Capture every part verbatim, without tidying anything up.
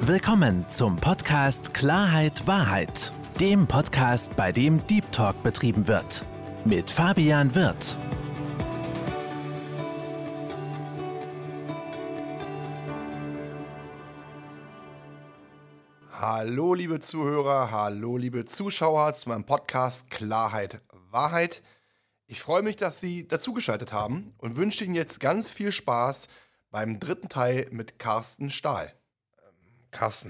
Willkommen zum Podcast Klarheit Wahrheit, dem Podcast, bei dem Deep Talk betrieben wird. Mit Fabian Wirth. Hallo liebe Zuhörer, hallo liebe Zuschauer zu meinem Podcast Klarheit Wahrheit. Ich freue mich, dass Sie dazugeschaltet haben und wünsche Ihnen jetzt ganz viel Spaß beim dritten Teil mit Carsten Stahl. Ähm, Carsten,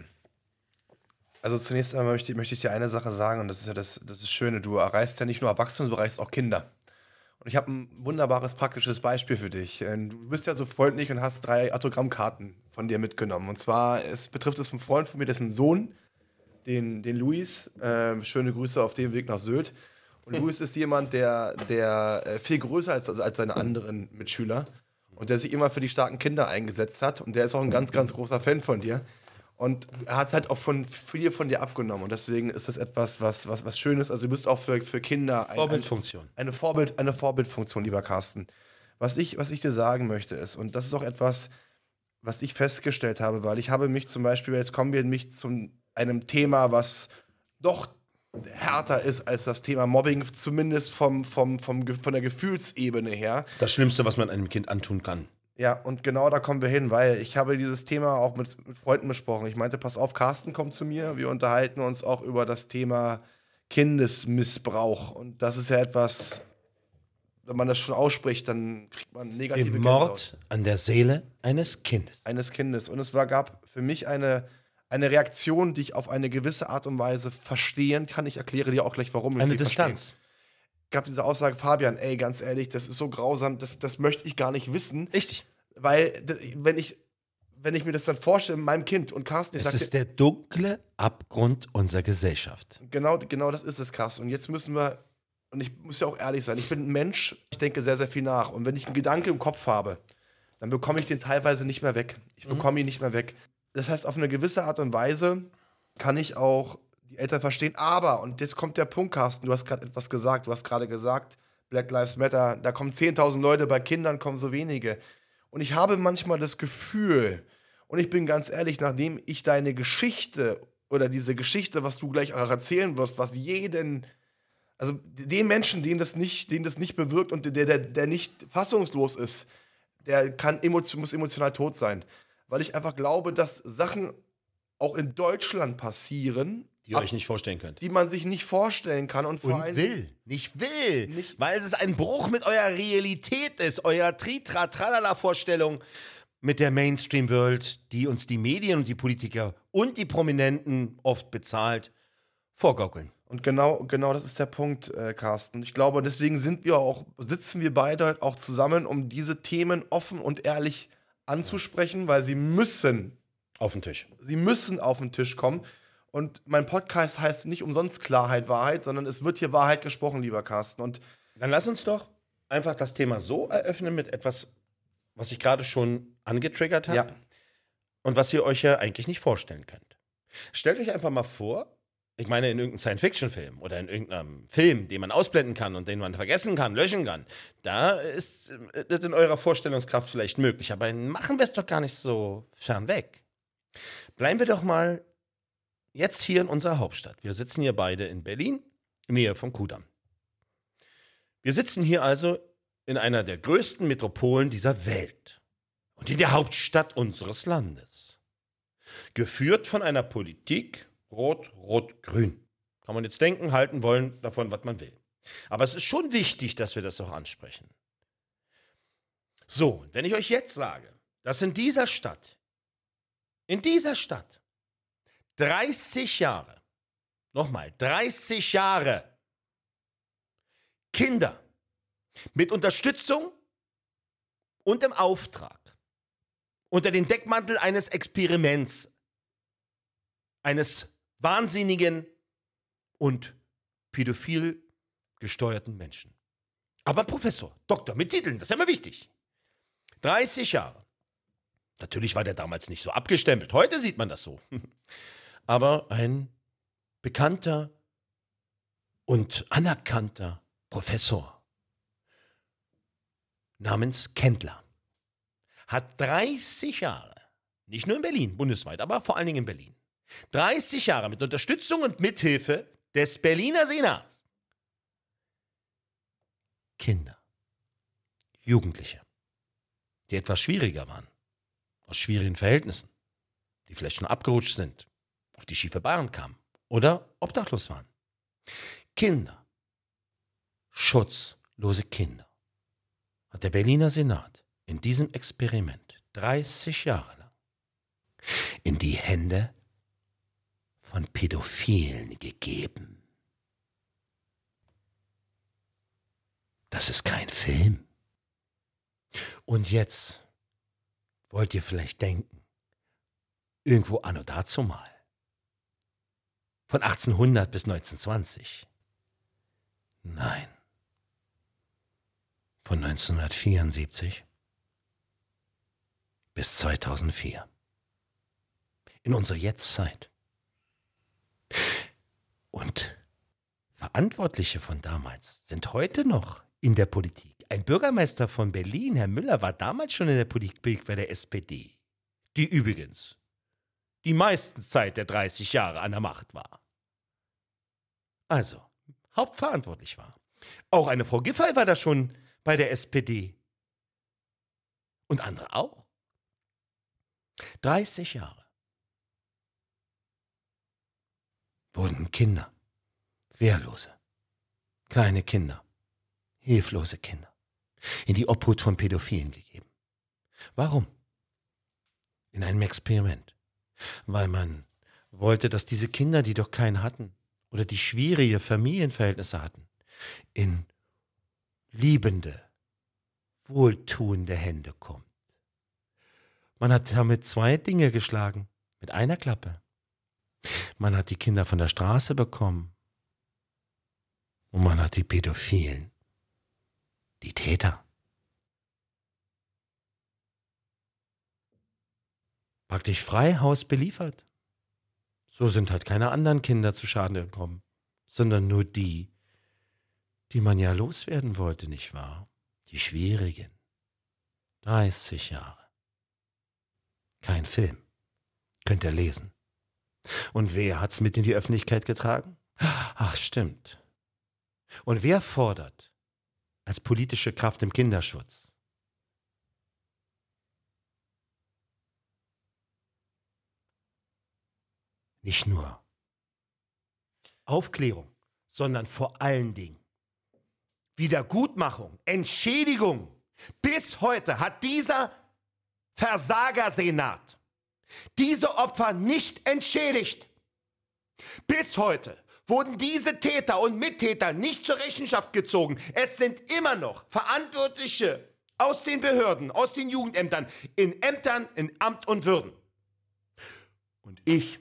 also zunächst einmal möchte, möchte ich dir eine Sache sagen und das ist ja das, das ist Schöne, du erreichst ja nicht nur Erwachsene, du erreichst auch Kinder. Und ich habe ein wunderbares, praktisches Beispiel für dich. Du bist ja so freundlich und hast drei Autogrammkarten von dir mitgenommen. Und zwar, es betrifft es einen Freund von mir, dessen Sohn, den, den Luis. Äh, schöne Grüße auf dem Weg nach Sylt. Und hm. Luis ist jemand, der, der äh, viel größer ist als, als seine anderen Mitschüler. Und der sich immer für die starken Kinder eingesetzt hat. Und der ist auch ein ganz, ganz großer Fan von dir. Und er hat es halt auch von viel von dir abgenommen. Und deswegen ist das etwas, was, was, was Schönes. Also du bist auch für, für Kinder ein, Vorbildfunktion. Ein, eine, Vorbild, eine Vorbildfunktion, lieber Carsten. Was ich, was ich dir sagen möchte ist, und das ist auch etwas, was ich festgestellt habe, weil ich habe mich zum Beispiel, jetzt kommen wir mich zu einem Thema, was doch härter ist als das Thema Mobbing, zumindest vom, vom, vom, von der Gefühlsebene her. Das Schlimmste, was man einem Kind antun kann. Ja, und genau da kommen wir hin, weil ich habe dieses Thema auch mit, mit Freunden besprochen. Ich meinte, pass auf, Carsten kommt zu mir, wir unterhalten uns auch über das Thema Kindesmissbrauch. Und das ist ja etwas, wenn man das schon ausspricht, dann kriegt man negative Im Mord an der Seele eines Kindes. Eines Kindes. Und es war, gab für mich eine, eine Reaktion, die ich auf eine gewisse Art und Weise verstehen kann. Ich erkläre dir auch gleich, warum ich eine sie Distanz. verstehe. Gab diese Aussage, Fabian, ey, ganz ehrlich, das ist so grausam, das, das möchte ich gar nicht wissen. Richtig. Weil, das, wenn ich, wenn ich mir das dann vorstelle, meinem Kind und Carsten, ich Es sag, ist der dunkle Abgrund unserer Gesellschaft. Genau, genau das ist es, Carsten. Und jetzt müssen wir, und ich muss ja auch ehrlich sein, ich bin ein Mensch, ich denke sehr, sehr viel nach. Und wenn ich einen Gedanke im Kopf habe, dann bekomme ich den teilweise nicht mehr weg. Ich bekomme mhm. ihn nicht mehr weg. Das heißt, auf eine gewisse Art und Weise kann ich auch die Eltern verstehen. Aber, und jetzt kommt der Punkt, Carsten, du hast gerade etwas gesagt, du hast gerade gesagt, Black Lives Matter, da kommen zehntausend Leute, bei Kindern kommen so wenige. Und ich habe manchmal das Gefühl, und ich bin ganz ehrlich, nachdem ich deine Geschichte oder diese Geschichte, was du gleich auch erzählen wirst, was jeden, also den Menschen, den das nicht, den das nicht bewirkt und der, der, der nicht fassungslos ist, der kann emotion, muss emotional tot sein. Weil ich einfach glaube, dass Sachen auch in Deutschland passieren, die ihr euch nicht vorstellen könnt. Die man sich nicht vorstellen kann. Und, vor und allem will. Nicht will. Nicht weil es ein Bruch mit eurer Realität ist, eurer Tritra-Tralala-Vorstellung mit der Mainstream-World, die uns die Medien und die Politiker und die Prominenten oft bezahlt, vorgaukeln. Und genau, genau das ist der Punkt, äh, Carsten. Ich glaube, deswegen sind wir auch, sitzen wir beide auch zusammen, um diese Themen offen und ehrlich anzusprechen, weil sie müssen auf den Tisch. Sie müssen auf den Tisch kommen. Und mein Podcast heißt nicht umsonst Klarheit, Wahrheit, sondern es wird hier Wahrheit gesprochen, lieber Carsten. Und dann lass uns doch einfach das Thema so eröffnen mit etwas, was ich gerade schon angetriggert habe. Ja. Und was ihr euch ja eigentlich nicht vorstellen könnt. Stellt euch einfach mal vor, ich meine in irgendeinem Science-Fiction-Film oder in irgendeinem Film, den man ausblenden kann und den man vergessen kann, löschen kann, da ist das in eurer Vorstellungskraft vielleicht möglich. Aber machen wir es doch gar nicht so fern weg. Bleiben wir doch mal jetzt hier in unserer Hauptstadt. Wir sitzen hier beide in Berlin, in Nähe vom Kudamm. Wir sitzen hier also in einer der größten Metropolen dieser Welt und in der Hauptstadt unseres Landes. Geführt von einer Politik rot-rot-grün. Kann man jetzt denken, halten wollen, davon, was man will. Aber es ist schon wichtig, dass wir das auch ansprechen. So, wenn ich euch jetzt sage, dass in dieser Stadt, in dieser Stadt, dreißig Jahre, nochmal, dreißig Jahre Kinder mit Unterstützung und im Auftrag unter den Deckmantel eines Experiments, eines wahnsinnigen und pädophil gesteuerten Menschen. Aber Professor, Doktor mit Titeln, das ist ja immer wichtig. dreißig Jahre. Natürlich war der damals nicht so abgestempelt, heute sieht man das so. Aber ein bekannter und anerkannter Professor namens Kendler hat dreißig Jahre Nicht nur in Berlin, bundesweit, aber vor allen Dingen in Berlin. dreißig Jahre mit Unterstützung und Mithilfe des Berliner Senats. Kinder, Jugendliche, die etwas schwieriger waren, aus schwierigen Verhältnissen, die vielleicht schon abgerutscht sind, auf die schiefe Bahn kamen oder obdachlos waren. Kinder, schutzlose Kinder, hat der Berliner Senat in diesem Experiment dreißig Jahre lang in die Hände von Pädophilen gegeben. Das ist kein Film. Und jetzt wollt ihr vielleicht denken, irgendwo anno dazumal, von achtzehnhundert bis neunzehnhundertzwanzig. Nein, von neunzehnhundertvierundsiebzig bis zweitausendvier. In unserer Jetztzeit. Und Verantwortliche von damals sind heute noch in der Politik. Ein Bürgermeister von Berlin, Herr Müller, war damals schon in der Politik bei der S P D, die übrigens die meiste Zeit der dreißig Jahre an der Macht war. Also, hauptverantwortlich war. Auch eine Frau Giffey war da schon bei der S P D. Und andere auch. dreißig Jahre wurden Kinder, wehrlose, kleine Kinder, hilflose Kinder, in die Obhut von Pädophilen gegeben. Warum? In einem Experiment. Weil man wollte, dass diese Kinder, die doch keinen hatten oder die schwierige Familienverhältnisse hatten, in liebende, wohltuende Hände kommt. Man hat damit zwei Dinge geschlagen, mit einer Klappe. Man hat die Kinder von der Straße bekommen und man hat die Pädophilen, die Täter, praktisch frei Haus beliefert. So sind halt keine anderen Kinder zu Schaden gekommen, sondern nur die, die man ja loswerden wollte, nicht wahr? Die schwierigen. dreißig Jahre. Kein Film. Könnt ihr lesen. Und wer hat's mit in die Öffentlichkeit getragen? Ach, stimmt. Und wer fordert als politische Kraft im Kinderschutz? Nicht nur Aufklärung, sondern vor allen Dingen Wiedergutmachung, Entschädigung. Bis heute hat dieser Versagersenat diese Opfer nicht entschädigt. Bis heute wurden diese Täter und Mittäter nicht zur Rechenschaft gezogen. Es sind immer noch Verantwortliche aus den Behörden, aus den Jugendämtern, in Ämtern, in Amt und Würden. Und ich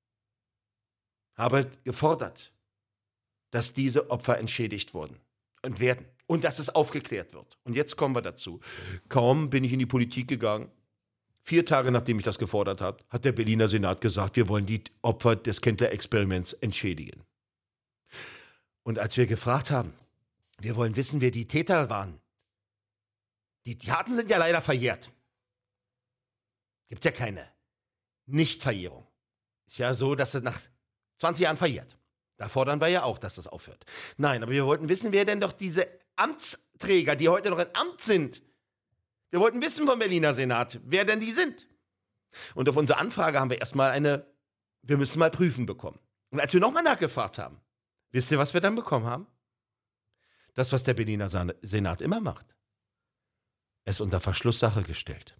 habe gefordert, dass diese Opfer entschädigt wurden und werden und dass es aufgeklärt wird. Und jetzt kommen wir dazu. Kaum bin ich in die Politik gegangen, vier Tage nachdem ich das gefordert habe, hat der Berliner Senat gesagt, wir wollen die Opfer des Kindler-Experiments entschädigen. Und als wir gefragt haben, wir wollen wissen, wer die Täter waren. Die Taten sind ja leider verjährt. Gibt ja keine Nichtverjährung. Ist ja so, dass es nach zwanzig Jahren verjährt. Da fordern wir ja auch, dass das aufhört. Nein, aber wir wollten wissen, wer denn doch diese Amtsträger, die heute noch im Amt sind, wir wollten wissen vom Berliner Senat, wer denn die sind. Und auf unsere Anfrage haben wir erstmal eine, wir müssen mal prüfen bekommen. Und als wir nochmal nachgefragt haben, wisst ihr, was wir dann bekommen haben? Das, was der Berliner Senat immer macht. Es unter Verschlusssache gestellt.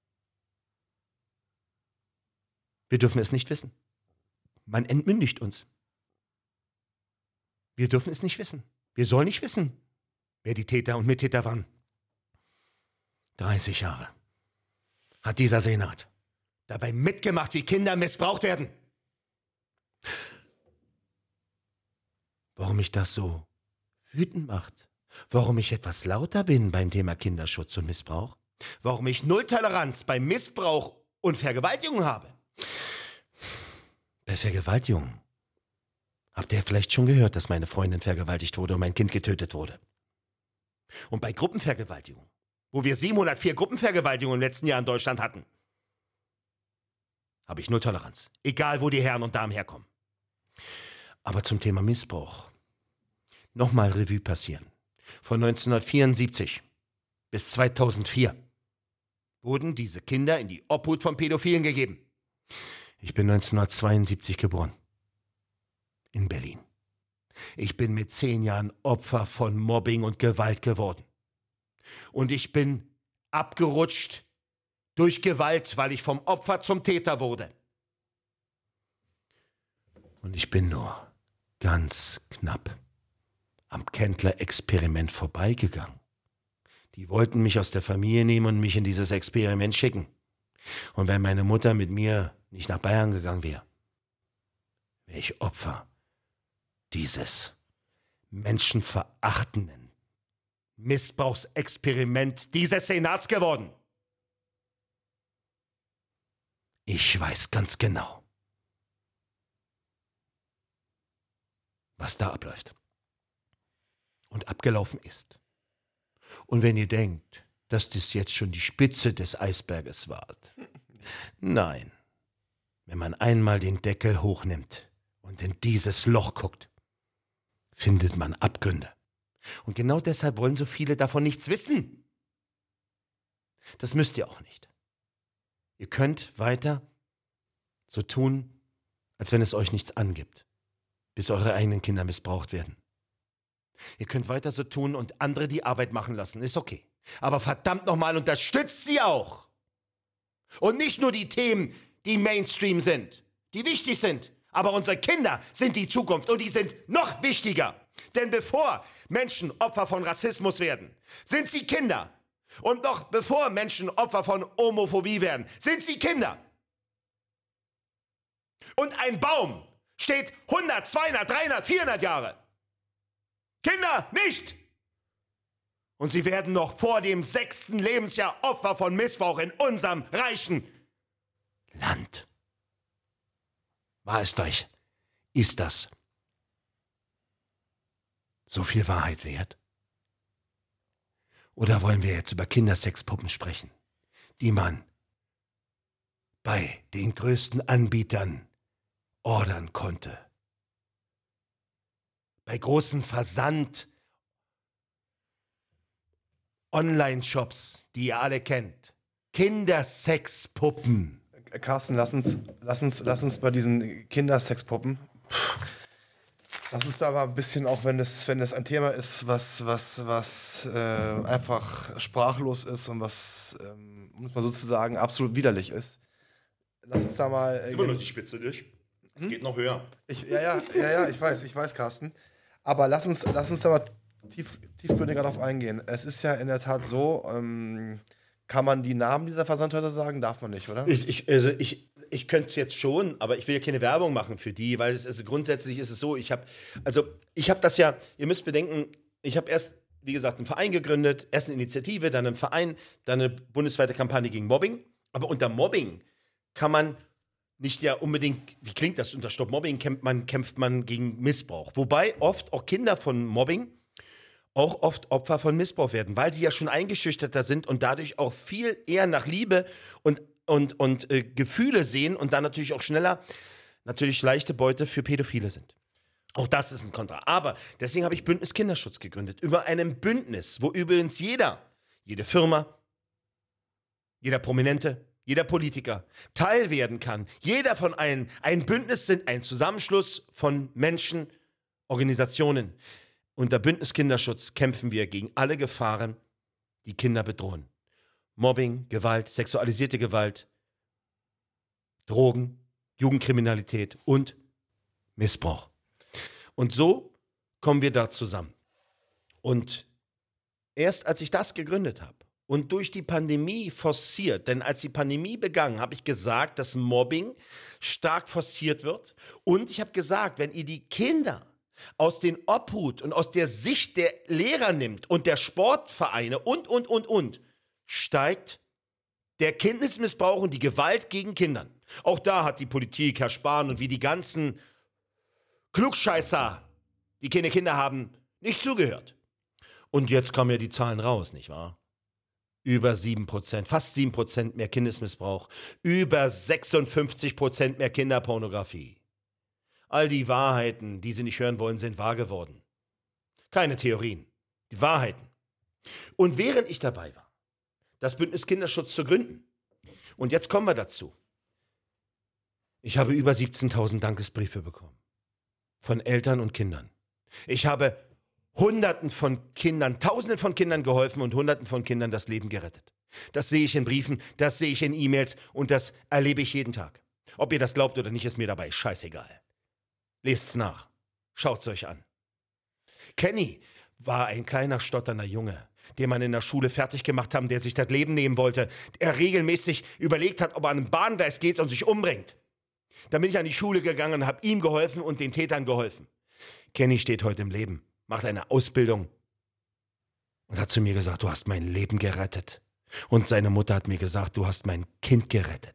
Wir dürfen es nicht wissen. Man entmündigt uns. Wir dürfen es nicht wissen. Wir sollen nicht wissen, wer die Täter und Mittäter waren. dreißig Jahre hat dieser Senat dabei mitgemacht, wie Kinder missbraucht werden. Warum mich das so wütend macht, warum ich etwas lauter bin beim Thema Kinderschutz und Missbrauch, warum ich Nulltoleranz beim Missbrauch und Vergewaltigung habe. Bei Vergewaltigung habt ihr vielleicht schon gehört, dass meine Freundin vergewaltigt wurde und mein Kind getötet wurde. Und bei Gruppenvergewaltigung, wo wir siebenhundertvier Gruppenvergewaltigungen im letzten Jahr in Deutschland hatten, habe ich null Toleranz. Egal, wo die Herren und Damen herkommen. Aber zum Thema Missbrauch. Nochmal Revue passieren. Von neunzehnhundertvierundsiebzig bis zweitausendvier wurden diese Kinder in die Obhut von Pädophilen gegeben. Ich bin neunzehnhundertzweiundsiebzig geboren. In Berlin. Ich bin mit zehn Jahren Opfer von Mobbing und Gewalt geworden. Und ich bin abgerutscht durch Gewalt, weil ich vom Opfer zum Täter wurde. Und ich bin nur ganz knapp am Kendler-Experiment vorbeigegangen. Die wollten mich aus der Familie nehmen und mich in dieses Experiment schicken. Und wenn meine Mutter mit mir nicht nach Bayern gegangen wäre, wäre ich Opfer dieses menschenverachtenden Missbrauchsexperiment dieses Senats geworden. Ich weiß ganz genau, was da abläuft und abgelaufen ist. Und wenn ihr denkt, dass das jetzt schon die Spitze des Eisberges war, nein, wenn man einmal den Deckel hochnimmt und in dieses Loch guckt, findet man Abgründe. Und genau deshalb wollen so viele davon nichts wissen. Das müsst ihr auch nicht. Ihr könnt weiter so tun, als wenn es euch nichts angibt, bis eure eigenen Kinder missbraucht werden. Ihr könnt weiter so tun und andere die Arbeit machen lassen, ist okay. Aber verdammt nochmal, unterstützt sie auch. Und nicht nur die Themen, die Mainstream sind, die wichtig sind. Aber unsere Kinder sind die Zukunft und die sind noch wichtiger. Denn bevor Menschen Opfer von Rassismus werden, sind sie Kinder. Und noch bevor Menschen Opfer von Homophobie werden, sind sie Kinder. Und ein Baum steht hundert, zweihundert, dreihundert, vierhundert Jahre. Kinder nicht! Und sie werden noch vor dem sechsten Lebensjahr Opfer von Missbrauch in unserem reichen Land. War es euch? Ist das so viel Wahrheit wert? Oder wollen wir jetzt über Kindersexpuppen sprechen, die man bei den größten Anbietern ordern konnte? Bei großen Versand Online-Shops, die ihr alle kennt. Kindersexpuppen. Carsten, lass uns, lass uns, lass uns bei diesen Kindersexpuppen, lass uns da mal ein bisschen, auch wenn das, wenn das ein Thema ist, was, was, was äh, einfach sprachlos ist und was, ähm, um es mal so zu sagen, absolut widerlich ist. Lass uns da mal... Äh, Immer noch die Spitze durch. Es hm? geht noch höher. Ich, ja, ja, ja, ja, ich weiß, ich weiß, Carsten. Aber lass uns, lass uns da mal tief, tiefgründiger darauf eingehen. Es ist ja in der Tat so, ähm, kann man die Namen dieser Versandhäuser sagen? Darf man nicht, oder? Ich, ich, also ich, ich könnte es jetzt schon, aber ich will ja keine Werbung machen für die, weil es ist, grundsätzlich ist es so, ich habe, also ich habe das ja, ihr müsst bedenken, ich habe erst, wie gesagt, einen Verein gegründet, erst eine Initiative, dann einen Verein, dann eine bundesweite Kampagne gegen Mobbing. Aber unter Mobbing kann man nicht ja unbedingt, wie klingt das, unter Stopp Mobbing kämpft man, kämpft man gegen Missbrauch. Wobei oft auch Kinder von Mobbing auch oft Opfer von Missbrauch werden, weil sie ja schon eingeschüchterter sind und dadurch auch viel eher nach Liebe und, und, und äh, Gefühle sehen und dann natürlich auch schneller natürlich leichte Beute für Pädophile sind. Auch das ist ein Kontra. Aber deswegen habe ich Bündnis Kinderschutz gegründet. Über einem Bündnis, wo übrigens jeder, jede Firma, jeder Prominente, jeder Politiker Teil werden kann. Jeder von allen. Ein Bündnis sind ein Zusammenschluss von Menschen, Organisationen. Unter Bündnis Kinderschutz kämpfen wir gegen alle Gefahren, die Kinder bedrohen. Mobbing, Gewalt, sexualisierte Gewalt, Drogen, Jugendkriminalität und Missbrauch. Und so kommen wir da zusammen. Und erst als ich das gegründet habe und durch die Pandemie forciert, denn als die Pandemie begann, habe ich gesagt, dass Mobbing stark forciert wird. Und ich habe gesagt, wenn ihr die Kinder aus den Obhut und aus der Sicht der Lehrer nimmt und der Sportvereine und, und, und, und, steigt der Kindesmissbrauch und die Gewalt gegen Kindern. Auch da hat die Politik, Herr Spahn und wie die ganzen Klugscheißer, die keine Kinder haben, nicht zugehört. Und jetzt kommen ja die Zahlen raus, nicht wahr? Über sieben Prozent, fast sieben Prozent mehr Kindesmissbrauch, über sechsundfünfzig Prozent mehr Kinderpornografie. All die Wahrheiten, die Sie nicht hören wollen, sind wahr geworden. Keine Theorien, die Wahrheiten. Und während ich dabei war, das Bündnis Kinderschutz zu gründen, und jetzt kommen wir dazu, ich habe über siebzehntausend Dankesbriefe bekommen. Von Eltern und Kindern. Ich habe Hunderten von Kindern, Tausenden von Kindern geholfen und Hunderten von Kindern das Leben gerettet. Das sehe ich in Briefen, das sehe ich in E-Mails und das erlebe ich jeden Tag. Ob ihr das glaubt oder nicht, ist mir dabei scheißegal. Lest's nach. Schaut's euch an. Kenny war ein kleiner, stotternder Junge, den man in der Schule fertig gemacht haben, der sich das Leben nehmen wollte. Er regelmäßig überlegt hat, ob er an ein Bahngleis geht und sich umbringt. Dann bin ich an die Schule gegangen und habe ihm geholfen und den Tätern geholfen. Kenny steht heute im Leben, macht eine Ausbildung und hat zu mir gesagt, du hast mein Leben gerettet. Und seine Mutter hat mir gesagt, du hast mein Kind gerettet.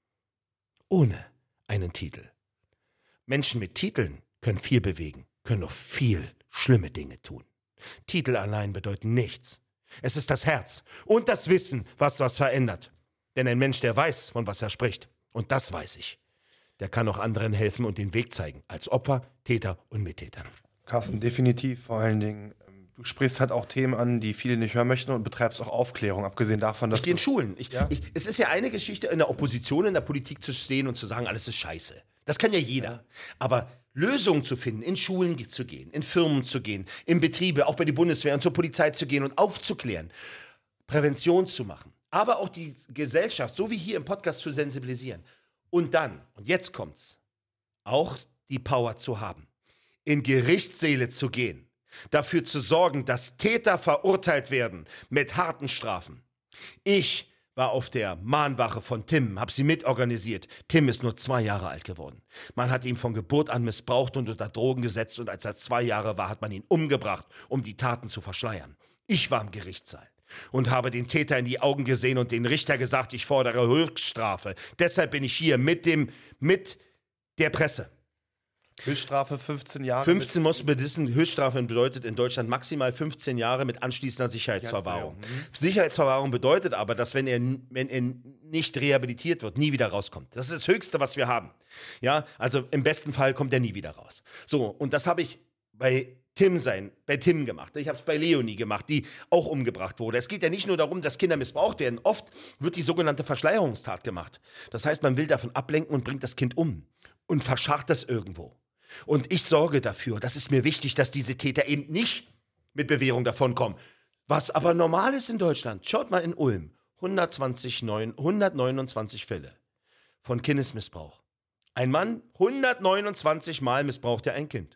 Ohne einen Titel. Menschen mit Titeln können viel bewegen, können noch viel schlimme Dinge tun. Titel allein bedeuten nichts. Es ist das Herz und das Wissen, was was verändert. Denn ein Mensch, der weiß, von was er spricht, und das weiß ich, der kann auch anderen helfen und den Weg zeigen, als Opfer, Täter und Mittätern. Carsten, definitiv. Vor allen Dingen, du sprichst halt auch Themen an, die viele nicht hören möchten und betreibst auch Aufklärung, abgesehen davon, dass Ich gehe in du- Schulen. Ich, Ja? ich, es ist ja eine Geschichte, in der Opposition, in der Politik zu stehen und zu sagen, alles ist scheiße. Das kann ja jeder. Aber Lösungen zu finden, in Schulen ge- zu gehen, in Firmen zu gehen, in Betriebe, auch bei der Bundeswehr und zur Polizei zu gehen und aufzuklären, Prävention zu machen, aber auch die Gesellschaft, so wie hier im Podcast, zu sensibilisieren. Und dann, und jetzt kommt's, auch die Power zu haben, in Gerichtssäle zu gehen, dafür zu sorgen, dass Täter verurteilt werden mit harten Strafen. Ich war auf der Mahnwache von Tim, habe sie mitorganisiert. Tim ist nur zwei Jahre alt geworden. Man hat ihn von Geburt an missbraucht und unter Drogen gesetzt und als er zwei Jahre war, hat man ihn umgebracht, um die Taten zu verschleiern. Ich war im Gerichtssaal und habe den Täter in die Augen gesehen und den Richter gesagt, ich fordere Höchststrafe. Deshalb bin ich hier mit dem, mit der Presse. Höchststrafe fünfzehn Jahre. fünfzehn muss wissen, Höchststrafe bedeutet in Deutschland maximal fünfzehn Jahre mit anschließender Sicherheitsverwahrung. Sicherheitsverwahrung, Sicherheitsverwahrung bedeutet aber, dass wenn er, wenn er nicht rehabilitiert wird, nie wieder rauskommt. Das ist das Höchste, was wir haben. Ja, also im besten Fall kommt er nie wieder raus. So, und das habe ich bei Tim sein, bei Tim gemacht. Ich habe es bei Leonie gemacht, die auch umgebracht wurde. Es geht ja nicht nur darum, dass Kinder missbraucht werden. Oft wird die sogenannte Verschleierungstat gemacht. Das heißt, man will davon ablenken und bringt das Kind um und verscharrt es irgendwo. Und ich sorge dafür, das ist mir wichtig, dass diese Täter eben nicht mit Bewährung davonkommen. Was aber normal ist in Deutschland, schaut mal in Ulm, hundertzwanzig, hundertneunundzwanzig Fälle von Kindesmissbrauch. Ein Mann, hundertneunundzwanzig Mal missbraucht er ein Kind.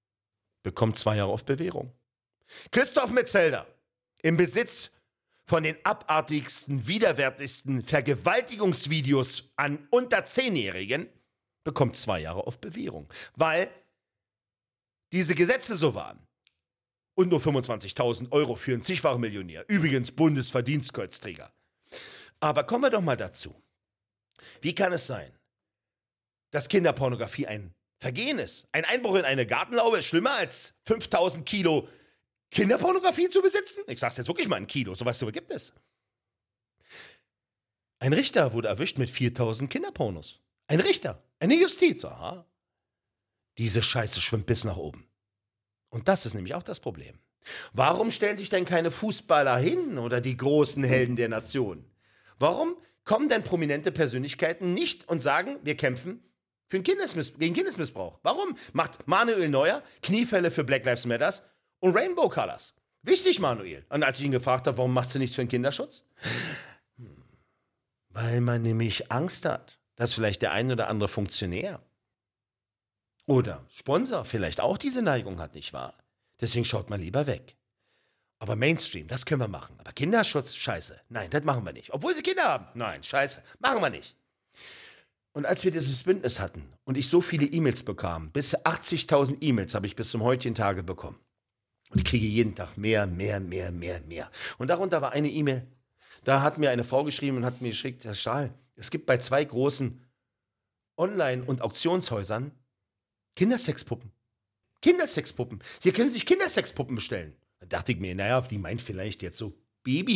Bekommt zwei Jahre auf Bewährung. Christoph Metzelder, im Besitz von den abartigsten, widerwärtigsten Vergewaltigungsvideos an unter Zehnjährigen, bekommt zwei Jahre auf Bewährung, weil diese Gesetze so waren. Und nur fünfundzwanzigtausend Euro für einen zigfachen Millionär. Übrigens Bundesverdienstkreuzträger. Aber kommen wir doch mal dazu. Wie kann es sein, dass Kinderpornografie ein Vergehen ist? Ein Einbruch in eine Gartenlaube ist schlimmer als fünftausend Kilo Kinderpornografie zu besitzen? Ich sag's jetzt wirklich mal ein Kilo, sowas so gibt es. Ein Richter wurde erwischt mit viertausend Kinderpornos. Ein Richter, eine Justiz, aha. Diese Scheiße schwimmt bis nach oben. Und das ist nämlich auch das Problem. Warum stellen sich denn keine Fußballer hin oder die großen Helden der Nation? Warum kommen denn prominente Persönlichkeiten nicht und sagen, wir kämpfen für den Kindesmiss- gegen Kindesmissbrauch? Warum macht Manuel Neuer Kniefälle für Black Lives Matters und Rainbow Colors? Wichtig, Manuel. Und als ich ihn gefragt habe, warum machst du nichts für den Kinderschutz? Hm. Weil man nämlich Angst hat, dass vielleicht der ein oder andere Funktionär oder Sponsor vielleicht auch diese Neigung hat, nicht wahr? Deswegen schaut man lieber weg. Aber Mainstream, das können wir machen. Aber Kinderschutz, scheiße. Nein, das machen wir nicht. Obwohl sie Kinder haben. Nein, scheiße. Machen wir nicht. Und als wir dieses Bündnis hatten und ich so viele E-Mails bekam, bis achtzigtausend E-Mails habe ich bis zum heutigen Tage bekommen. Und ich kriege jeden Tag mehr, mehr, mehr, mehr, mehr. Und darunter war eine E-Mail. Da hat mir eine Frau geschrieben und hat mir geschickt, Herr Stahl, es gibt bei zwei großen Online- und Auktionshäusern Kindersexpuppen. Kindersexpuppen. Sie können sich Kindersexpuppen bestellen. Da dachte ich mir, naja, die meint vielleicht jetzt so Baby,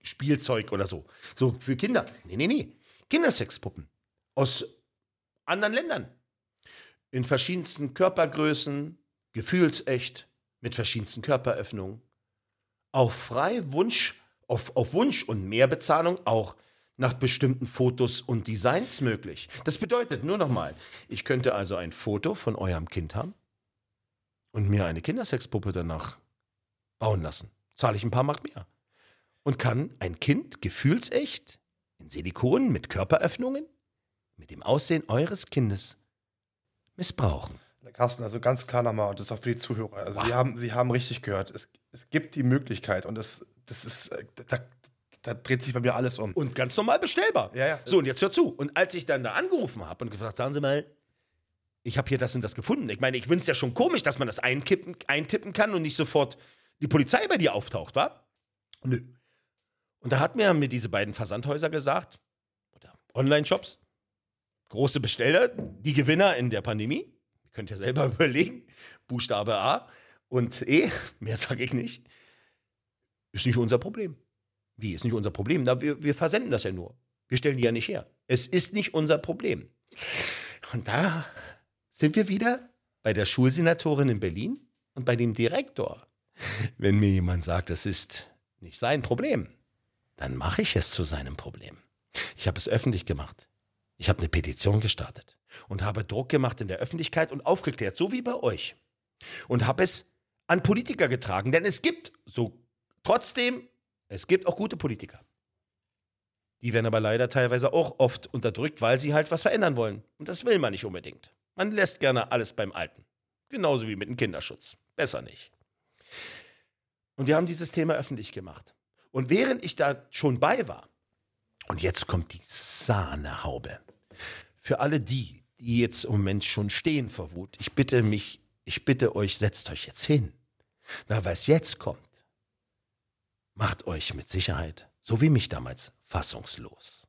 Spielzeug oder so. So für Kinder. Nee, nee, nee. Kindersexpuppen. Aus anderen Ländern. In verschiedensten Körpergrößen, gefühlsecht, mit verschiedensten Körperöffnungen. Auf frei Wunsch, auf, auf Wunsch und Mehrbezahlung auch nach bestimmten Fotos und Designs möglich. Das bedeutet, nur nochmal, ich könnte also ein Foto von eurem Kind haben und mir eine Kindersexpuppe danach bauen lassen. Zahle ich ein paar Mark mehr. Und kann ein Kind gefühlsecht, in Silikon, mit Körperöffnungen, mit dem Aussehen eures Kindes missbrauchen. Carsten, also ganz klar nochmal, und das ist auch für die Zuhörer. Also Sie haben, Sie haben richtig gehört. Es, es gibt die Möglichkeit und das, das ist, äh, da, da dreht sich bei mir alles um. Und ganz normal bestellbar. Ja, ja. So, und jetzt hör zu. Und als ich dann da angerufen habe und gefragt, sagen Sie mal, ich habe hier das und das gefunden. Ich meine, ich finde es ja schon komisch, dass man das einkippen, eintippen kann und nicht sofort die Polizei bei dir auftaucht, wa? Nö. Und da hat mir, mir diese beiden Versandhäuser gesagt, oder Online-Shops, große Besteller, die Gewinner in der Pandemie, ihr könnt ja selber überlegen, Buchstabe A und E, mehr sage ich nicht, ist nicht unser Problem. Wie, ist nicht unser Problem? Na, wir, wir versenden das ja nur. Wir stellen die ja nicht her. Es ist nicht unser Problem. Und da sind wir wieder bei der Schulsenatorin in Berlin und bei dem Direktor. Wenn mir jemand sagt, das ist nicht sein Problem, dann mache ich es zu seinem Problem. Ich habe es öffentlich gemacht. Ich habe eine Petition gestartet und habe Druck gemacht in der Öffentlichkeit und aufgeklärt, so wie bei euch. Und habe es an Politiker getragen, denn es gibt so trotzdem, es gibt auch gute Politiker. Die werden aber leider teilweise auch oft unterdrückt, weil sie halt was verändern wollen. Und das will man nicht unbedingt. Man lässt gerne alles beim Alten. Genauso wie mit dem Kinderschutz. Besser nicht. Und wir haben dieses Thema öffentlich gemacht. Und während ich da schon bei war, und jetzt kommt die Sahnehaube, für alle die, die jetzt im Moment schon stehen vor Wut, ich bitte mich, ich bitte euch, setzt euch jetzt hin. Na, was jetzt kommt, macht euch mit Sicherheit, so wie mich damals, fassungslos.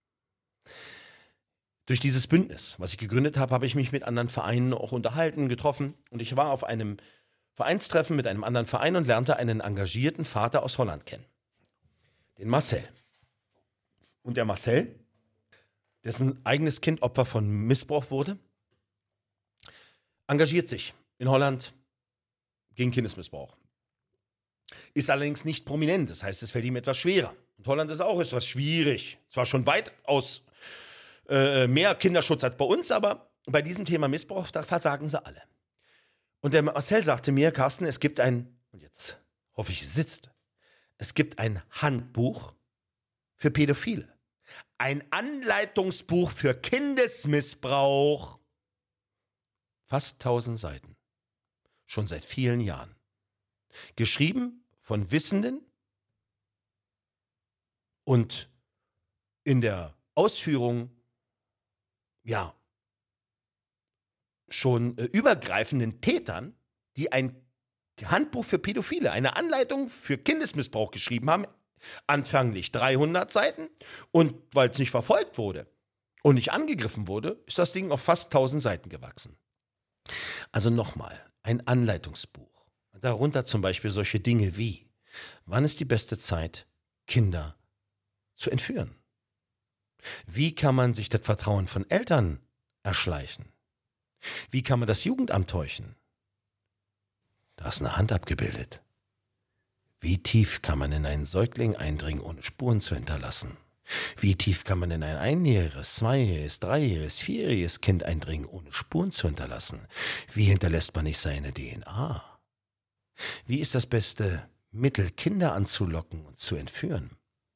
Durch dieses Bündnis, was ich gegründet habe, habe ich mich mit anderen Vereinen auch unterhalten, getroffen. Und ich war auf einem Vereinstreffen mit einem anderen Verein und lernte einen engagierten Vater aus Holland kennen. Den Marcel. Und der Marcel, dessen eigenes Kind Opfer von Missbrauch wurde, engagiert sich in Holland gegen Kindesmissbrauch. Ist allerdings nicht prominent, das heißt, es fällt ihm etwas schwerer. Und Holland ist auch etwas schwierig. Zwar schon weitaus äh, mehr Kinderschutz als bei uns, aber bei diesem Thema Missbrauch, da versagen sie alle. Und der Marcel sagte mir, Carsten, es gibt ein, und jetzt hoffe ich, es sitzt, es gibt ein Handbuch für Pädophile. Ein Anleitungsbuch für Kindesmissbrauch. Fast tausend Seiten. Schon seit vielen Jahren. Geschrieben von Wissenden und in der Ausführung, ja, schon äh, übergreifenden Tätern, die ein Handbuch für Pädophile, eine Anleitung für Kindesmissbrauch geschrieben haben, anfänglich dreihundert Seiten, und weil es nicht verfolgt wurde und nicht angegriffen wurde, ist das Ding auf fast tausend Seiten gewachsen. Also nochmal, ein Anleitungsbuch. Darunter zum Beispiel solche Dinge wie, wann ist die beste Zeit, Kinder zu entführen? Wie kann man sich das Vertrauen von Eltern erschleichen? Wie kann man das Jugendamt täuschen? Da ist eine Hand abgebildet. Wie tief kann man in einen Säugling eindringen, ohne Spuren zu hinterlassen? Wie tief kann man in ein einjähriges, zweijähriges, dreijähriges, vierjähriges Kind eindringen, ohne Spuren zu hinterlassen? Wie hinterlässt man nicht seine D N A? Wie ist das beste Mittel, Kinder anzulocken und zu entführen?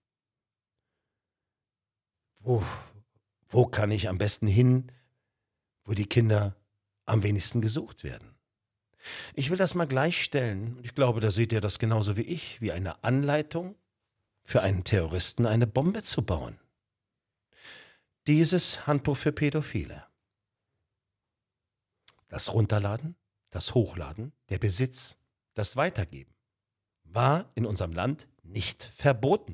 Wo, wo kann ich am besten hin, wo die Kinder am wenigsten gesucht werden? Ich will das mal gleichstellen, und ich glaube, da seht ihr das genauso wie ich, wie eine Anleitung für einen Terroristen, eine Bombe zu bauen. Dieses Handbuch für Pädophile. Das Runterladen, das Hochladen, der Besitz, das Weitergeben war in unserem Land nicht verboten.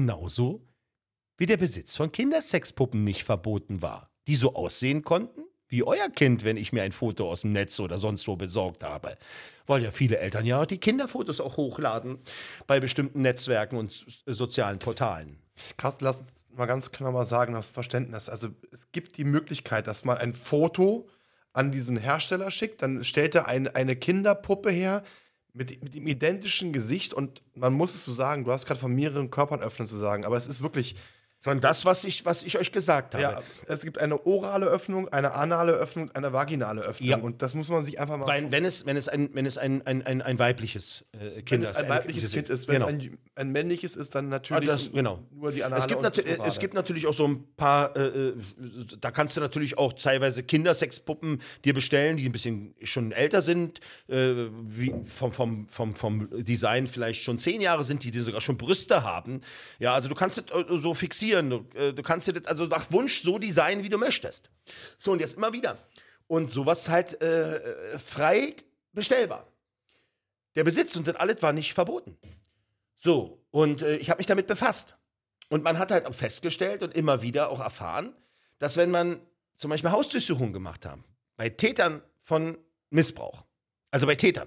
Genauso wie der Besitz von Kindersexpuppen nicht verboten war, die so aussehen konnten wie euer Kind, wenn ich mir ein Foto aus dem Netz oder sonst wo besorgt habe. Weil ja viele Eltern ja die Kinderfotos auch hochladen bei bestimmten Netzwerken und sozialen Portalen. Carsten, lass uns mal ganz klar mal sagen, das Verständnis. Also es gibt die Möglichkeit, dass man ein Foto an diesen Hersteller schickt, dann stellt er ein, eine Kinderpuppe her mit, mit dem identischen Gesicht und man muss es so sagen, du hast gerade von mehreren Körpern öffnen zu sagen, aber es ist wirklich... Von das, was ich, was ich euch gesagt habe. Ja, es gibt eine orale Öffnung, eine anale Öffnung, eine vaginale Öffnung. Ja. Und das muss man sich einfach mal... Wenn, wenn es, wenn es, ein, wenn es ein, ein, ein, ein weibliches äh, Kind ist. Wenn es ein weibliches Kind ist. Wenn genau. es ein, ein männliches ist, dann natürlich ah, das, genau. nur die anale es gibt, und das es gibt natürlich auch so ein paar... Äh, da kannst du natürlich auch teilweise Kindersexpuppen dir bestellen, die ein bisschen schon älter sind, äh, wie vom, vom, vom, vom Design vielleicht schon zehn Jahre sind, die, die sogar schon Brüste haben. Ja, also du kannst es so fixieren. Du, äh, du kannst dir das also nach Wunsch so designen, wie du möchtest. So, und jetzt immer wieder. Und sowas halt äh, frei bestellbar. Der Besitz und das alles war nicht verboten. So, und äh, ich habe mich damit befasst. Und man hat halt auch festgestellt und immer wieder auch erfahren, dass wenn man zum Beispiel Hausdurchsuchungen gemacht haben, bei Tätern von Missbrauch, also bei Tätern,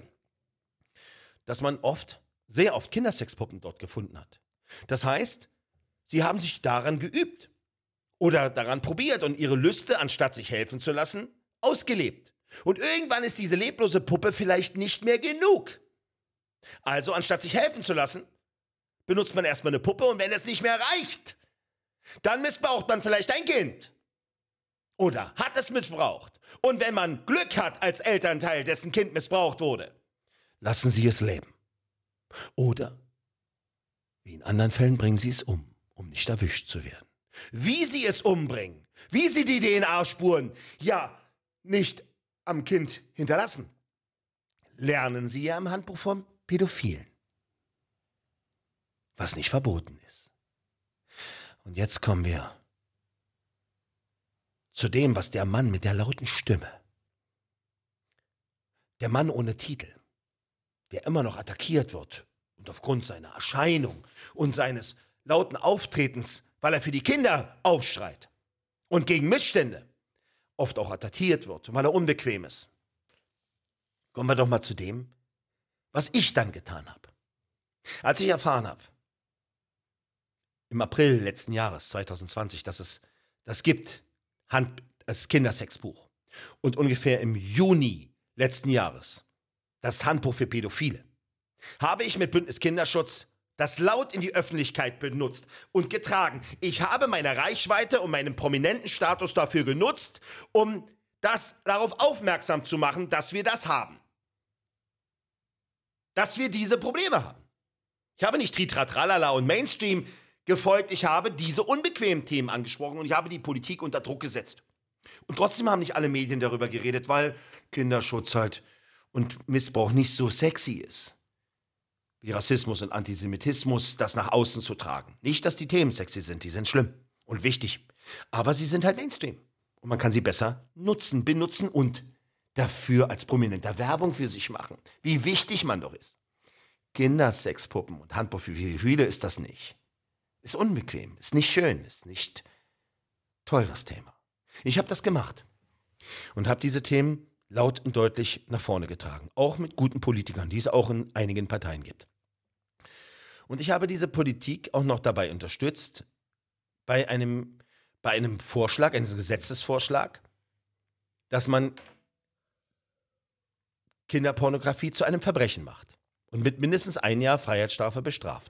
dass man oft, sehr oft Kindersexpuppen dort gefunden hat. Das heißt, sie haben sich daran geübt oder daran probiert und ihre Lüste, anstatt sich helfen zu lassen, ausgelebt. Und irgendwann ist diese leblose Puppe vielleicht nicht mehr genug. Also, anstatt sich helfen zu lassen, benutzt man erstmal eine Puppe und wenn es nicht mehr reicht, dann missbraucht man vielleicht ein Kind. Oder hat es missbraucht. Und wenn man Glück hat als Elternteil, dessen Kind missbraucht wurde, lassen Sie es leben. Oder, wie in anderen Fällen, bringen Sie es um. Um nicht erwischt zu werden. Wie sie es umbringen, wie sie die D N A-Spuren ja nicht am Kind hinterlassen, lernen sie ja im Handbuch vom Pädophilen. Was nicht verboten ist. Und jetzt kommen wir zu dem, was der Mann mit der lauten Stimme, der Mann ohne Titel, der immer noch attackiert wird und aufgrund seiner Erscheinung und seines lauten Auftretens, weil er für die Kinder aufschreit und gegen Missstände oft auch attackiert wird, weil er unbequem ist. Kommen wir doch mal zu dem, was ich dann getan habe. Als ich erfahren habe, im April letzten Jahres, zwanzig zwanzig, dass es das gibt, Hand, das Kindersexbuch, und ungefähr im Juni letzten Jahres das Handbuch für Pädophile, habe ich mit Bündnis Kinderschutz das laut in die Öffentlichkeit benutzt und getragen. Ich habe meine Reichweite und meinen prominenten Status dafür genutzt, um das darauf aufmerksam zu machen, dass wir das haben. Dass wir diese Probleme haben. Ich habe nicht Tritratralala und Mainstream gefolgt, ich habe diese unbequemen Themen angesprochen und ich habe die Politik unter Druck gesetzt. Und trotzdem haben nicht alle Medien darüber geredet, weil Kinderschutz halt und Missbrauch nicht so sexy ist. Wie Rassismus und Antisemitismus, das nach außen zu tragen. Nicht, dass die Themen sexy sind, die sind schlimm und wichtig. Aber sie sind halt Mainstream. Und man kann sie besser nutzen, benutzen und dafür als prominenter Werbung für sich machen. Wie wichtig man doch ist. Kindersexpuppen und Handbuch für viele ist das nicht. Ist unbequem, ist nicht schön, ist nicht toll, das Thema. Ich habe das gemacht und habe diese Themen laut und deutlich nach vorne getragen. Auch mit guten Politikern, die es auch in einigen Parteien gibt. Und ich habe diese Politik auch noch dabei unterstützt, bei einem, bei einem Vorschlag, einem Gesetzesvorschlag, dass man Kinderpornografie zu einem Verbrechen macht und mit mindestens ein Jahr Freiheitsstrafe bestraft.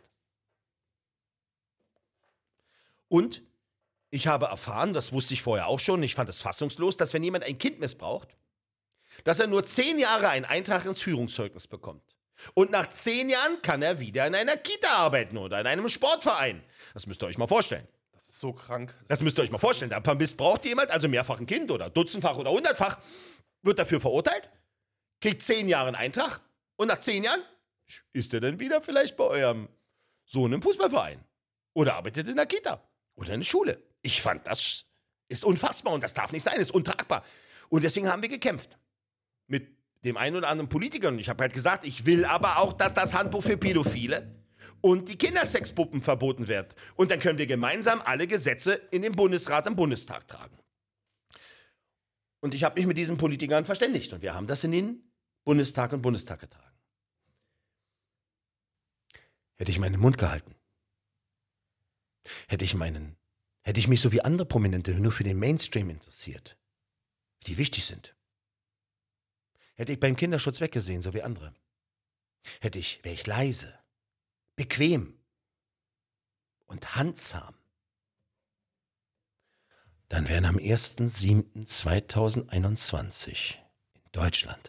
Und ich habe erfahren, das wusste ich vorher auch schon, ich fand es fassungslos, dass wenn jemand ein Kind missbraucht, dass er nur zehn Jahre einen Eintrag ins Führungszeugnis bekommt. Und nach zehn Jahren kann er wieder in einer Kita arbeiten oder in einem Sportverein. Das müsst ihr euch mal vorstellen. Das ist so krank. Das, das müsst ihr euch mal vorstellen. Da missbraucht jemand, also mehrfach ein Kind oder dutzendfach oder hundertfach, wird dafür verurteilt, kriegt zehn Jahre einen Eintrag und nach zehn Jahren ist er dann wieder vielleicht bei eurem Sohn im Fußballverein oder arbeitet in der Kita oder in der Schule. Ich fand, das ist unfassbar und das darf nicht sein, ist untragbar. Und deswegen haben wir gekämpft. Mit dem einen oder anderen Politiker. Und ich habe halt gesagt, ich will aber auch, dass das Handbuch für Pädophile und die Kindersexpuppen verboten wird. Und dann können wir gemeinsam alle Gesetze in den Bundesrat, im Bundestag tragen. Und ich habe mich mit diesen Politikern verständigt. Und wir haben das in den Bundestag und Bundestag getragen. Hätte ich meinen Mund gehalten, hätte ich meinen, hätte ich mich so wie andere Prominente nur für den Mainstream interessiert, die wichtig sind, hätte ich beim Kinderschutz weggesehen, so wie andere, hätte ich, wäre ich leise, bequem und handsam, dann wären am ersten siebten zweitausendeinundzwanzig in Deutschland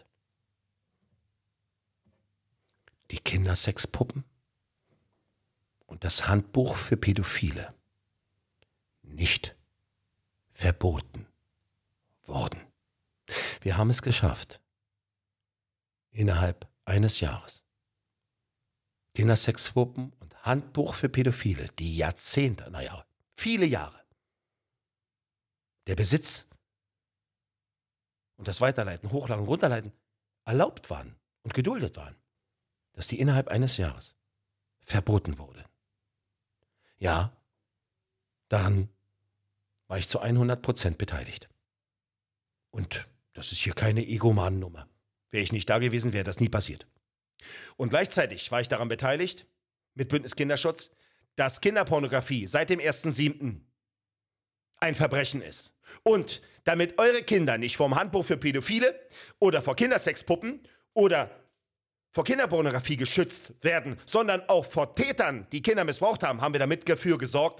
die Kindersexpuppen und das Handbuch für Pädophile nicht verboten worden. Wir haben es geschafft, innerhalb eines Jahres Kindersexpuppen und Handbuch für Pädophile, die Jahrzehnte, naja, viele Jahre, der Besitz und das Weiterleiten, Hochladen, Runterleiten erlaubt waren und geduldet waren, dass die innerhalb eines Jahres verboten wurde. Ja, daran war ich zu hundert Prozent beteiligt. Und das ist hier keine Egomanen-Nummer. Wäre ich nicht da gewesen, wäre das nie passiert. Und gleichzeitig war ich daran beteiligt, mit Bündnis Kinderschutz, dass Kinderpornografie seit dem ersten siebten ein Verbrechen ist. Und damit eure Kinder nicht vom Handbuch für Pädophile oder vor Kindersexpuppen oder vor Kinderpornografie geschützt werden, sondern auch vor Tätern, die Kinder missbraucht haben, haben wir damit dafür gesorgt,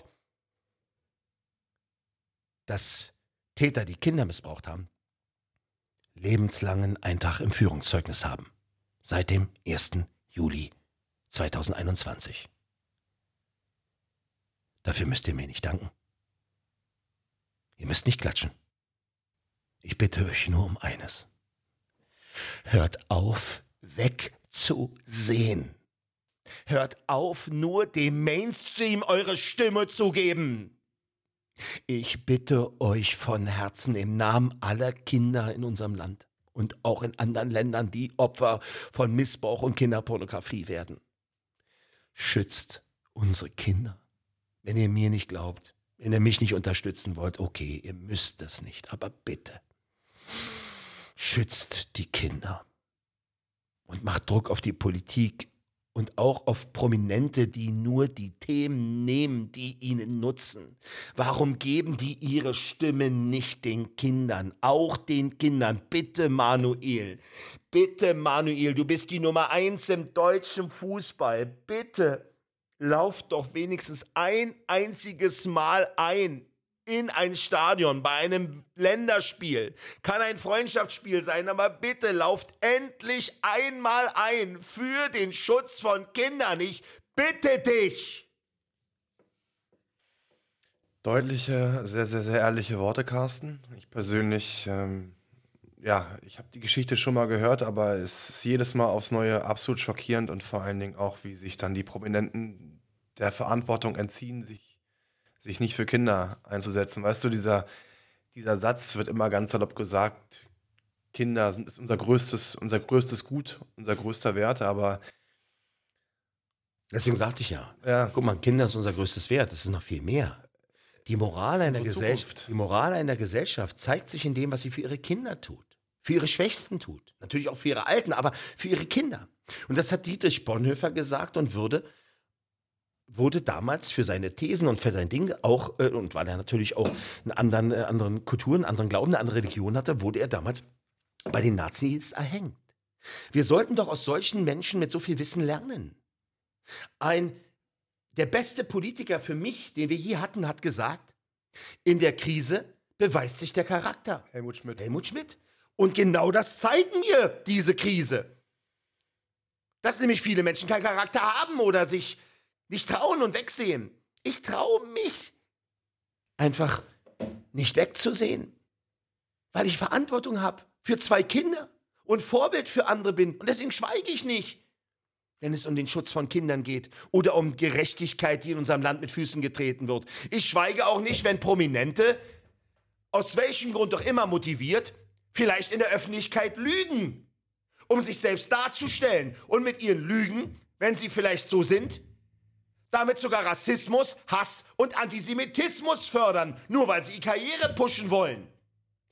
dass Täter, die Kinder missbraucht haben, lebenslangen Eintrag im Führungszeugnis haben. Seit dem ersten Juli zweitausendeinundzwanzig. Dafür müsst ihr mir nicht danken. Ihr müsst nicht klatschen. Ich bitte euch nur um eines. Hört auf, wegzusehen. Hört auf, nur dem Mainstream eure Stimme zu geben. Ich bitte euch von Herzen im Namen aller Kinder in unserem Land und auch in anderen Ländern, die Opfer von Missbrauch und Kinderpornografie werden. Schützt unsere Kinder. Wenn ihr mir nicht glaubt, wenn ihr mich nicht unterstützen wollt, okay, ihr müsst es nicht, aber bitte. Schützt die Kinder und macht Druck auf die Politik und auch auf Prominente, die nur die Themen nehmen, die ihnen nutzen. Warum geben die ihre Stimme nicht den Kindern, auch den Kindern? Bitte, Manuel, bitte, Manuel, du bist die Nummer eins im deutschen Fußball. Bitte, lauf doch wenigstens ein einziges Mal ein in ein Stadion, bei einem Länderspiel. Kann ein Freundschaftsspiel sein, aber bitte lauft endlich einmal ein für den Schutz von Kindern. Ich bitte dich. Deutliche, sehr, sehr, sehr ehrliche Worte, Carsten. Ich persönlich, ähm, ja, ich habe die Geschichte schon mal gehört, aber es ist jedes Mal aufs Neue absolut schockierend und vor allen Dingen auch, wie sich dann die Prominenten der Verantwortung entziehen, sich sich nicht für Kinder einzusetzen. Weißt du, dieser, dieser Satz wird immer ganz salopp gesagt, Kinder sind ist unser größtes, unser größtes Gut, unser größter Wert, aber deswegen sagte ich ja, ja, guck mal, Kinder sind unser größtes Wert, das ist noch viel mehr. Die Moral einer Gesellschaft, die Moral einer Gesellschaft zeigt sich in dem, was sie für ihre Kinder tut, für ihre Schwächsten tut, natürlich auch für ihre Alten, aber für ihre Kinder. Und das hat Dietrich Bonhoeffer gesagt und würde wurde damals für seine Thesen und für sein Ding auch, äh, und weil er natürlich auch einen anderen, äh, anderen Kulturen, einen anderen Glauben, eine andere Religion hatte, wurde er damals bei den Nazis erhängt. Wir sollten doch aus solchen Menschen mit so viel Wissen lernen. Ein, der beste Politiker für mich, den wir je hatten, hat gesagt, in der Krise beweist sich der Charakter. Helmut Schmidt. Helmut Schmidt. Und genau das zeigen mir diese Krise. Dass nämlich viele Menschen keinen Charakter haben oder sich nicht trauen und wegsehen. Ich traue mich, einfach nicht wegzusehen, weil ich Verantwortung habe für zwei Kinder und Vorbild für andere bin. Und deswegen schweige ich nicht, wenn es um den Schutz von Kindern geht oder um Gerechtigkeit, die in unserem Land mit Füßen getreten wird. Ich schweige auch nicht, wenn Prominente, aus welchem Grund auch immer motiviert, vielleicht in der Öffentlichkeit lügen, um sich selbst darzustellen und mit ihren Lügen, wenn sie vielleicht so sind, damit sogar Rassismus, Hass und Antisemitismus fördern, nur weil sie ihre Karriere pushen wollen.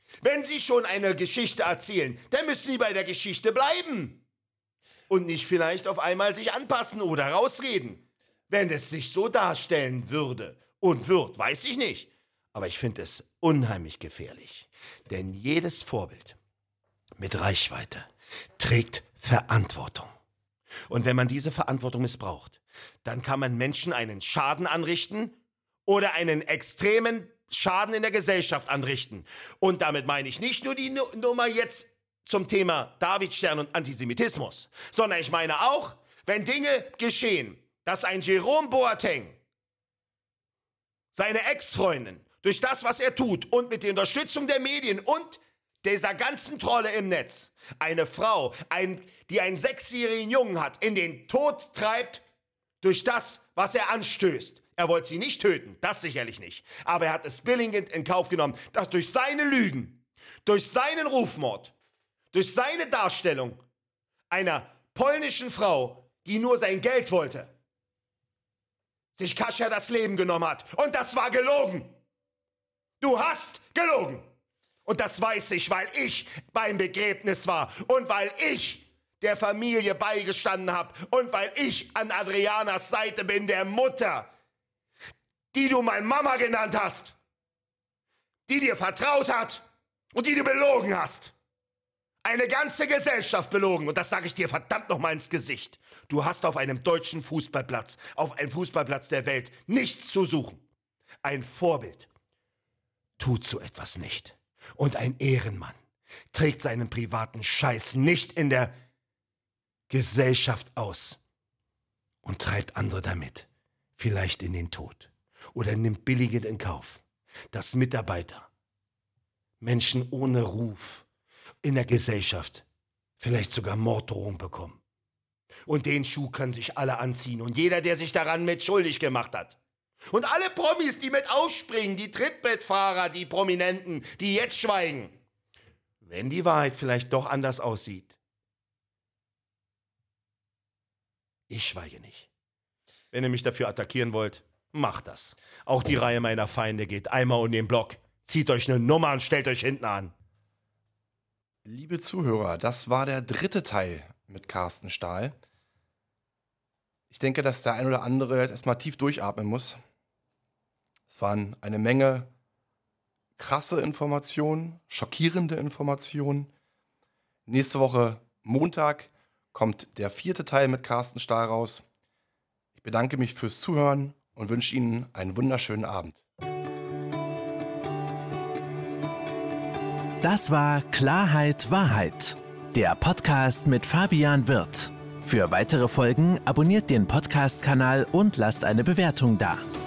Wenn Sie schon eine Geschichte erzählen, dann müssen Sie bei der Geschichte bleiben. Und nicht vielleicht auf einmal sich anpassen oder rausreden. Wenn es sich so darstellen würde und wird, weiß ich nicht. Aber ich finde es unheimlich gefährlich. Denn jedes Vorbild mit Reichweite trägt Verantwortung. Und wenn man diese Verantwortung missbraucht, dann kann man Menschen einen Schaden anrichten oder einen extremen Schaden in der Gesellschaft anrichten. Und damit meine ich nicht nur die Nummer jetzt zum Thema Davidstern und Antisemitismus, sondern ich meine auch, wenn Dinge geschehen, dass ein Jerome Boateng seine Ex-Freundin durch das, was er tut und mit der Unterstützung der Medien und dieser ganzen Trolle im Netz, eine Frau, ein, die einen sechsjährigen Jungen hat, in den Tod treibt durch das, was er anstößt. Er wollte sie nicht töten, das sicherlich nicht. Aber er hat es billigend in Kauf genommen, dass durch seine Lügen, durch seinen Rufmord, durch seine Darstellung einer polnischen Frau, die nur sein Geld wollte, sich Kasia das Leben genommen hat. Und das war gelogen. Du hast gelogen. Und das weiß ich, weil ich beim Begräbnis war und weil ich der Familie beigestanden habe und weil ich an Adrianas Seite bin, der Mutter, die du meine Mama genannt hast, die dir vertraut hat und die du belogen hast. Eine ganze Gesellschaft belogen. Und das sage ich dir verdammt noch mal ins Gesicht. Du hast auf einem deutschen Fußballplatz, auf einem Fußballplatz der Welt, nichts zu suchen. Ein Vorbild tut so etwas nicht. Und ein Ehrenmann trägt seinen privaten Scheiß nicht in der Gesellschaft aus und treibt andere damit, vielleicht in den Tod. Oder nimmt billigend in Kauf, dass Mitarbeiter, Menschen ohne Ruf in der Gesellschaft vielleicht sogar Morddrohungen bekommen. Und den Schuh können sich alle anziehen und jeder, der sich daran mit schuldig gemacht hat. Und alle Promis, die mit aufspringen, die Trittbettfahrer, die Prominenten, die jetzt schweigen. Wenn die Wahrheit vielleicht doch anders aussieht. Ich schweige nicht. Wenn ihr mich dafür attackieren wollt, macht das. Auch die Reihe meiner Feinde geht einmal um den Block. Zieht euch eine Nummer und stellt euch hinten an. Liebe Zuhörer, das war der dritte Teil mit Carsten Stahl. Ich denke, dass der ein oder andere jetzt erstmal tief durchatmen muss. Es waren eine Menge krasse Informationen, schockierende Informationen. Nächste Woche Montag kommt der vierte Teil mit Carsten Stahl raus. Ich bedanke mich fürs Zuhören und wünsche Ihnen einen wunderschönen Abend. Das war Klarheit Wahrheit, der Podcast mit Fabian Wirth. Für weitere Folgen abonniert den Podcast-Kanal und lasst eine Bewertung da.